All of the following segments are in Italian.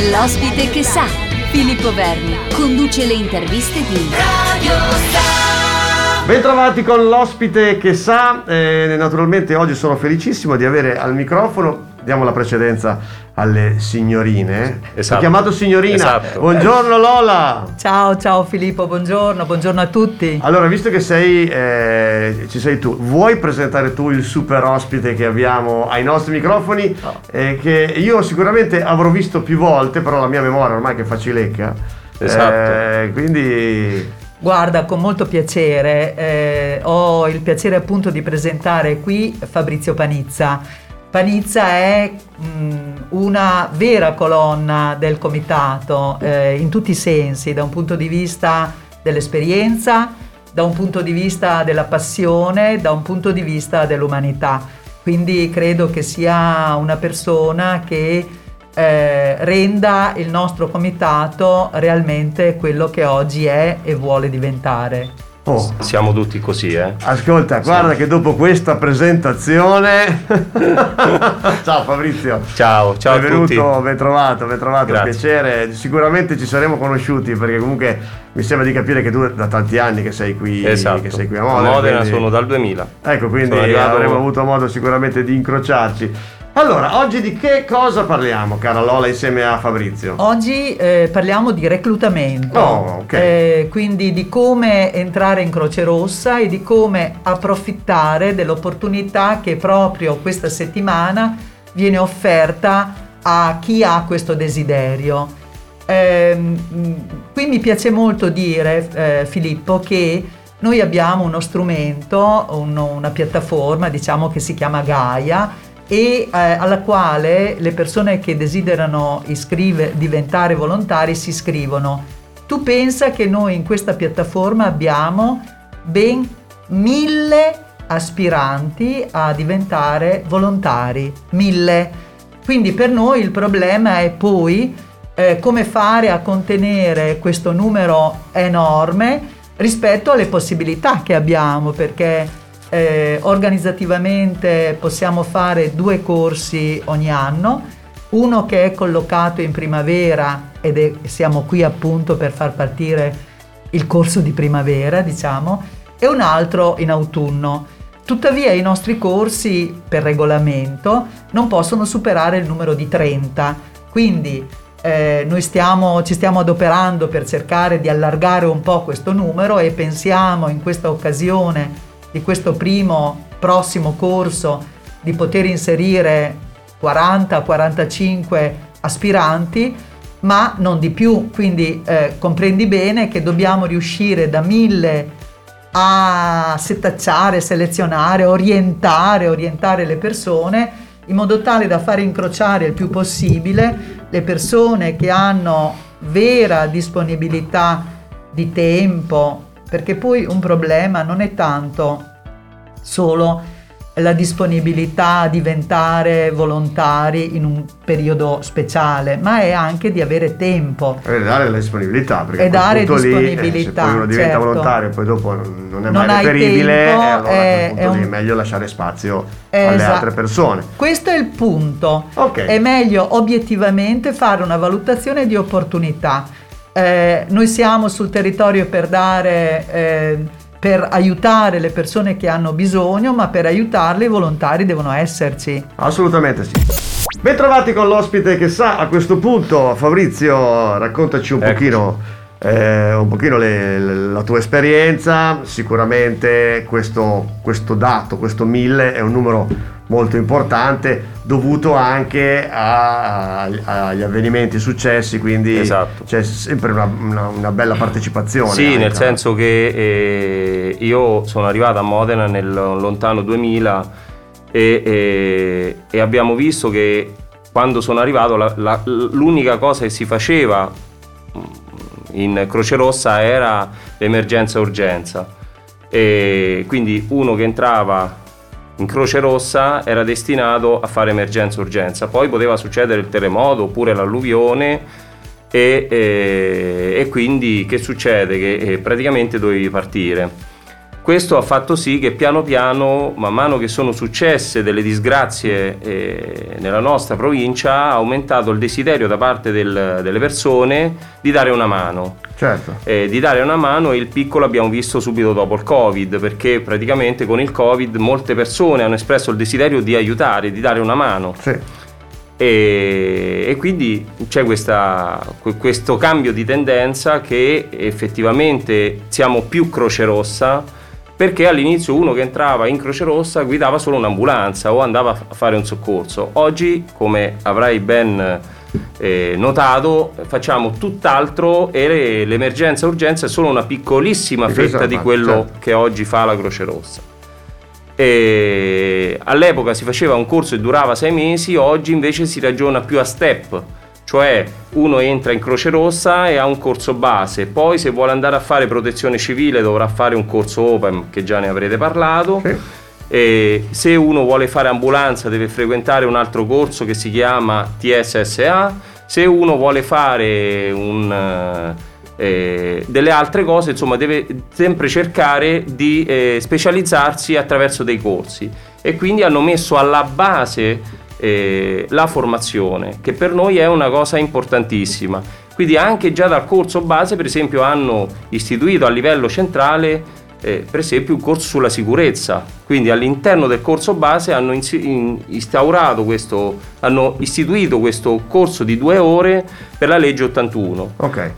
L'ospite che sa. Filippo Verni conduce le interviste di Radio Star. Bentrovati con l'ospite che sa. Naturalmente oggi sono felicissimo di avere al microfono, diamo la precedenza alle signorine. Esatto. Ho chiamato signorina. Esatto. Buongiorno Lola. Ciao Filippo, buongiorno a tutti. Allora, visto che ci sei tu, vuoi presentare tu il super ospite che abbiamo ai nostri microfoni? Che io sicuramente avrò visto più volte, però la mia memoria ormai che facilecca. Esatto. Quindi guarda, con molto piacere, ho il piacere appunto di presentare qui Fabrizio Panizza. Panizza è una vera colonna del comitato in tutti i sensi, da un punto di vista dell'esperienza, da un punto di vista della passione, da un punto di vista dell'umanità. Quindi credo che sia una persona che renda il nostro comitato realmente quello che oggi è e vuole diventare. Oh. Siamo tutti così, Ascolta, guarda che dopo questa presentazione ciao Fabrizio. Ciao Benvenuto, a tutti. ben trovato, Grazie. un piacere. Sicuramente ci saremo conosciuti, perché comunque mi sembra di capire che tu da tanti anni che sei qui, esatto. che sei qui a Modena. Modena sono dal 2000. Ecco, quindi avremo avuto modo sicuramente di incrociarci. Allora, oggi di che cosa parliamo, cara Lola, insieme a Fabrizio? Oggi parliamo di reclutamento, ok. Quindi di come entrare in Croce Rossa e di come approfittare dell'opportunità che proprio questa settimana viene offerta a chi ha questo desiderio. Qui mi piace molto dire, Filippo, che noi abbiamo uno strumento, una piattaforma, diciamo, che si chiama Gaia, e alla quale le persone che desiderano diventare volontari si iscrivono. Tu pensa che noi in questa piattaforma abbiamo ben 1000 aspiranti a diventare volontari, 1000. Quindi per noi il problema è poi come fare a contenere questo numero enorme rispetto alle possibilità che abbiamo, perché organizzativamente possiamo fare 2 corsi ogni anno, uno che è collocato in primavera siamo qui appunto per far partire il corso di primavera, diciamo, e un altro in autunno. Tuttavia i nostri corsi per regolamento non possono superare il numero di 30, quindi noi ci stiamo adoperando per cercare di allargare un po' questo numero e pensiamo in questa occasione di questo prossimo corso di poter inserire 40-45 aspiranti, ma non di più. Quindi comprendi bene che dobbiamo riuscire da 1000 a setacciare, selezionare, orientare le persone in modo tale da fare incrociare il più possibile le persone che hanno vera disponibilità di tempo, perché poi un problema non è tanto solo la disponibilità a diventare volontari in un periodo speciale, ma è anche di avere tempo. Dare la disponibilità, perché dare se poi disponibilità, uno diventa certo, volontario e poi dopo non è non mai reperibile, tempo, allora a quel punto lì è meglio lasciare spazio alle altre persone. Questo è il punto. Okay. È meglio obiettivamente fare una valutazione di opportunità. Noi siamo sul territorio per aiutare le persone che hanno bisogno, ma per aiutarle i volontari devono esserci. Assolutamente sì. Bentrovati con l'ospite che sa. A questo punto, Fabrizio, raccontaci un pochino la tua esperienza. Sicuramente questo dato, questo 1000 è un numero molto importante, dovuto anche agli avvenimenti successi, quindi esatto, c'è sempre una bella partecipazione. Sì, anche. nel senso che io sono arrivato a Modena nel lontano 2000 e abbiamo visto che quando sono arrivato l'unica cosa che si faceva in Croce Rossa era l'emergenza urgenza, e quindi uno che entrava in Croce Rossa era destinato a fare emergenza urgenza, poi poteva succedere il terremoto oppure l'alluvione e quindi che succede? Che praticamente dovevi partire. Questo ha fatto sì che piano piano, man mano che sono successe delle disgrazie nella nostra provincia, ha aumentato il desiderio da parte delle persone di dare una mano. Certo. Di dare una mano, e il picco l'abbiamo visto subito dopo il Covid, perché praticamente con il Covid molte persone hanno espresso il desiderio di aiutare, di dare una mano. Sì. E quindi c'è questo cambio di tendenza, che effettivamente siamo più Croce Rossa, perché all'inizio uno che entrava in Croce Rossa guidava solo un'ambulanza o andava a fare un soccorso. Oggi, come avrai ben notato, facciamo tutt'altro, e l'emergenza urgenza è solo una piccolissima fetta di quello che oggi fa la Croce Rossa. All'epoca si faceva un corso e durava 6 mesi, oggi invece si ragiona più a step, cioè uno entra in Croce Rossa e ha un corso base, poi se vuole andare a fare protezione civile dovrà fare un corso Open, che già ne avrete parlato. Sì. E se uno vuole fare ambulanza deve frequentare un altro corso che si chiama TSSA. Se uno vuole fare delle altre cose, insomma, deve sempre cercare di specializzarsi attraverso dei corsi, e quindi hanno messo alla base la formazione, che per noi è una cosa importantissima. Quindi anche già dal corso base, per esempio, hanno istituito a livello centrale per esempio un corso sulla sicurezza, quindi all'interno del corso base hanno hanno istituito questo corso di 2 ore per la legge 81. Ok.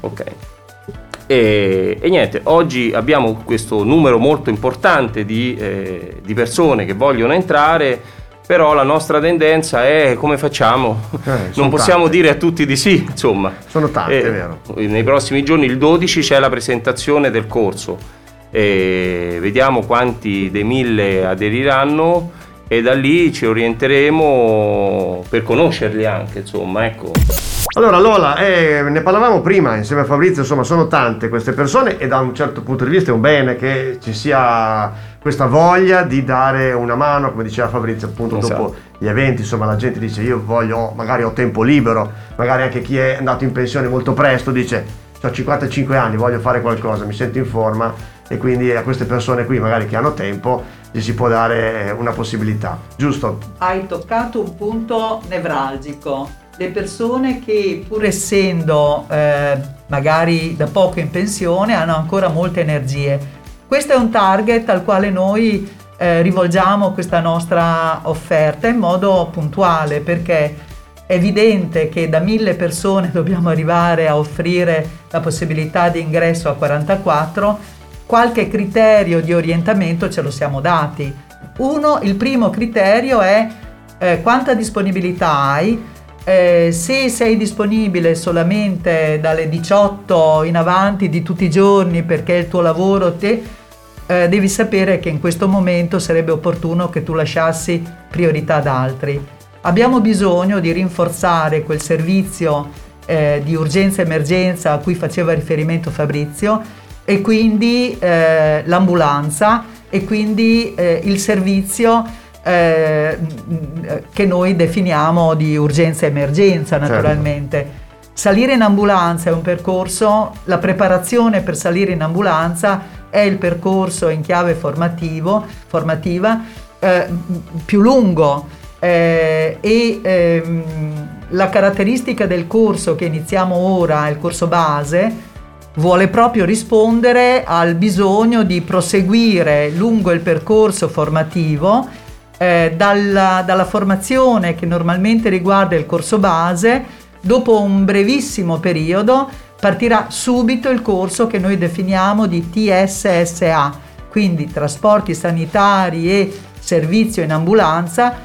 E niente, oggi abbiamo questo numero molto importante di persone che vogliono entrare, però la nostra tendenza è: come facciamo? Non possiamo dire a tutti di sì, insomma. Sono tante, è vero. Nei prossimi giorni, il 12, c'è la presentazione del corso. Vediamo quanti dei 1000 aderiranno, e da lì ci orienteremo per conoscerli anche, insomma, ecco. Allora Lola, ne parlavamo prima insieme a Fabrizio, insomma sono tante queste persone, e da un certo punto di vista è un bene che ci sia questa voglia di dare una mano, come diceva Fabrizio, appunto. Esatto. Dopo gli eventi, insomma, la gente dice: io magari ho tempo libero, magari anche chi è andato in pensione molto presto dice: ho 55 anni, voglio fare qualcosa, mi sento in forma, e quindi a queste persone qui, magari che hanno tempo, gli si può dare una possibilità, giusto? Hai toccato un punto nevralgico. Le persone che, pur essendo magari da poco in pensione, hanno ancora molte energie. Questo è un target al quale noi rivolgiamo questa nostra offerta in modo puntuale, perché è evidente che da 1000 persone dobbiamo arrivare a offrire la possibilità di ingresso a 44. Qualche criterio di orientamento ce lo siamo dati. Il primo criterio è quanta disponibilità hai. Se sei disponibile solamente dalle 18 in avanti di tutti i giorni perché è il tuo lavoro, devi sapere che in questo momento sarebbe opportuno che tu lasciassi priorità ad altri. Abbiamo bisogno di rinforzare quel servizio di urgenza-emergenza a cui faceva riferimento Fabrizio, e quindi l'ambulanza, e quindi il servizio che noi definiamo di urgenza-emergenza, naturalmente. Certo. Salire in ambulanza è un percorso, la preparazione per salire in ambulanza è il percorso in chiave formativa più lungo, la caratteristica del corso che iniziamo ora, il corso base, vuole proprio rispondere al bisogno di proseguire lungo il percorso formativo, dalla formazione che normalmente riguarda il corso base. Dopo un brevissimo periodo partirà subito il corso che noi definiamo di TSSA, quindi trasporti sanitari e servizio in ambulanza,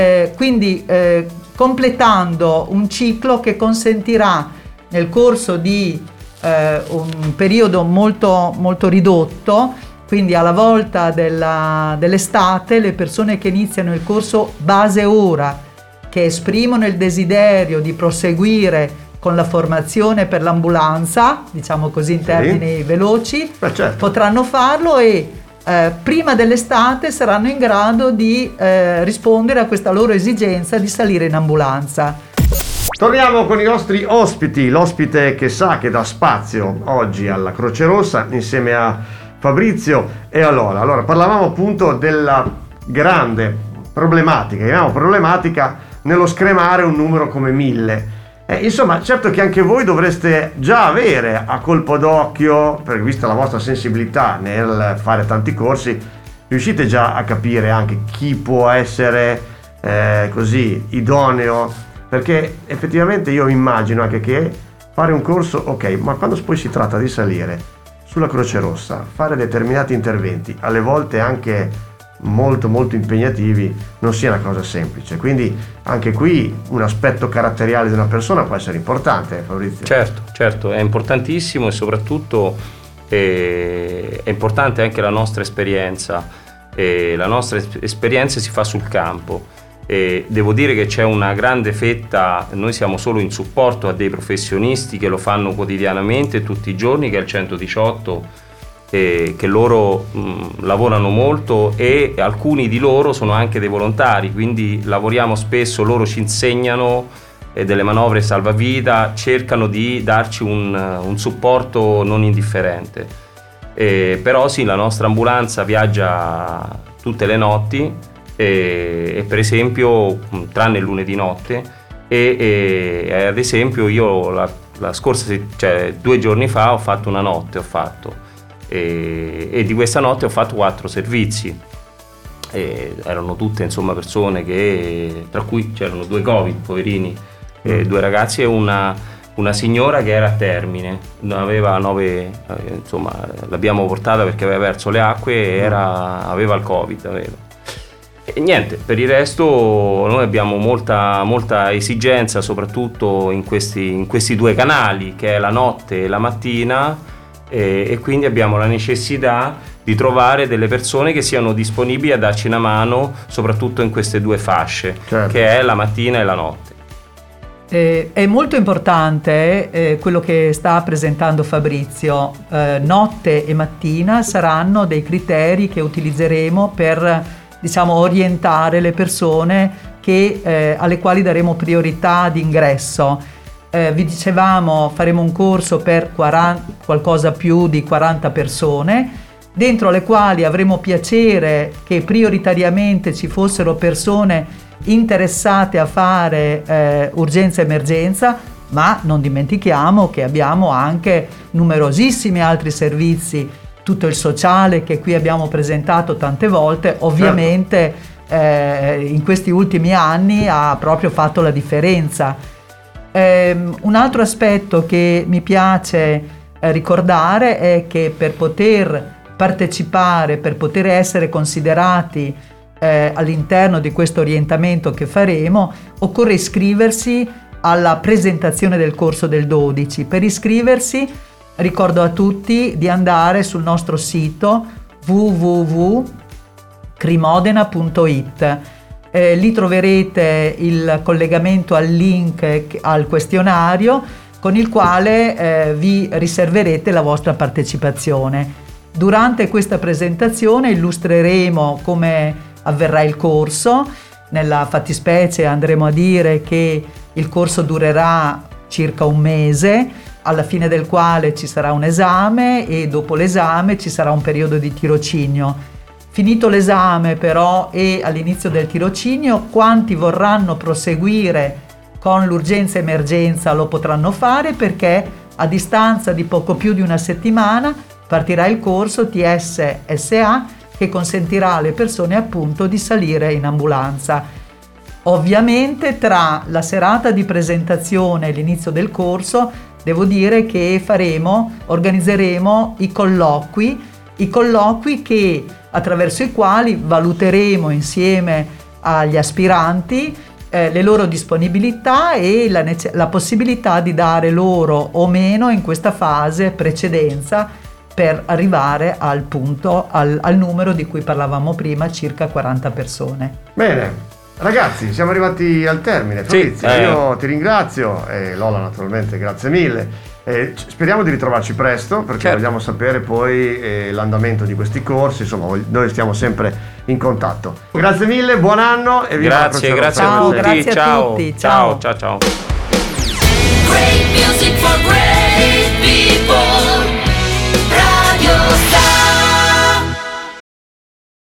completando un ciclo che consentirà nel corso di un periodo molto, molto ridotto, quindi alla volta dell'estate, le persone che iniziano il corso base ora, che esprimono il desiderio di proseguire con la formazione per l'ambulanza, diciamo così in termini veloci, certo, potranno farlo, e prima dell'estate saranno in grado di rispondere a questa loro esigenza di salire in ambulanza. Torniamo con i nostri ospiti, l'ospite che sa che dà spazio oggi alla Croce Rossa, insieme a Fabrizio e Lola. Allora, parlavamo appunto della grande problematica, chiamiamo problematica, nello scremare un numero come 1000. Insomma, certo che anche voi dovreste già avere a colpo d'occhio, perché vista la vostra sensibilità nel fare tanti corsi, riuscite già a capire anche chi può essere così idoneo, perché effettivamente io immagino anche che fare un corso, ok, ma quando poi si tratta di salire sulla Croce Rossa, fare determinati interventi, alle volte anche molto molto impegnativi, non sia una cosa semplice. Quindi anche qui un aspetto caratteriale di una persona può essere importante, Fabrizio. Certo, è importantissimo, e soprattutto è importante anche la nostra esperienza. La nostra esperienza si fa sul campo. Devo dire che c'è una grande fetta, noi siamo solo in supporto a dei professionisti che lo fanno quotidianamente tutti i giorni, che è il 118, che loro lavorano molto, e alcuni di loro sono anche dei volontari, quindi lavoriamo spesso, loro ci insegnano delle manovre salvavita, cercano di darci un supporto non indifferente. Però sì, la nostra ambulanza viaggia tutte le notti, e per esempio tranne il lunedì notte, e ad esempio io la scorsa, cioè 2 giorni fa, ho fatto una notte, e di questa notte ho fatto 4 servizi, erano tutte insomma persone che, tra cui c'erano 2 Covid, poverini, 2 ragazzi e una signora che era a termine, aveva 9, insomma l'abbiamo portata perché aveva perso le acque e aveva il Covid, E niente, per il resto noi abbiamo molta esigenza, soprattutto in questi 2 canali, che è la notte e la mattina, e quindi abbiamo la necessità di trovare delle persone che siano disponibili a darci una mano, soprattutto in queste 2 fasce, certo, che è la mattina e la notte. È molto importante quello che sta presentando Fabrizio. Notte e mattina saranno dei criteri che utilizzeremo per, diciamo, orientare le persone alle quali daremo priorità di ingresso. Vi dicevamo, faremo un corso per qualcosa più di 40 persone, dentro le quali avremo piacere che prioritariamente ci fossero persone interessate a fare urgenza e emergenza, ma non dimentichiamo che abbiamo anche numerosissimi altri servizi, tutto il sociale che qui abbiamo presentato tante volte, ovviamente in questi ultimi anni ha proprio fatto la differenza. Un altro aspetto che mi piace ricordare è che per poter partecipare, per poter essere considerati all'interno di questo orientamento che faremo, occorre iscriversi alla presentazione del corso del 12. Per iscriversi ricordo a tutti di andare sul nostro sito www.crimodena.it. Lì troverete il collegamento al link al questionario con il quale vi riserverete la vostra partecipazione. Durante questa presentazione illustreremo come avverrà il corso. Nella fattispecie andremo a dire che il corso durerà circa 1 mese, alla fine del quale ci sarà un esame e dopo l'esame ci sarà un periodo di tirocinio. Finito l'esame però e all'inizio del tirocinio, quanti vorranno proseguire con l'urgenza emergenza lo potranno fare, perché a distanza di poco più di 1 settimana partirà il corso TS-SA che consentirà alle persone appunto di salire in ambulanza. Ovviamente tra la serata di presentazione e l'inizio del corso devo dire che organizzeremo i colloqui che attraverso i quali valuteremo insieme agli aspiranti le loro disponibilità e la possibilità di dare loro o meno in questa fase precedenza per arrivare al numero di cui parlavamo prima, circa 40 persone. Bene, ragazzi, siamo arrivati al termine. Fabrizio, io ti ringrazio e Lola naturalmente grazie mille. Speriamo di ritrovarci presto, perché vogliamo sapere poi l'andamento di questi corsi. Insomma, noi stiamo sempre in contatto. Grazie mille, buon anno e viva grazie a tutti. Grazie a tutti. Ciao. Great music for great people.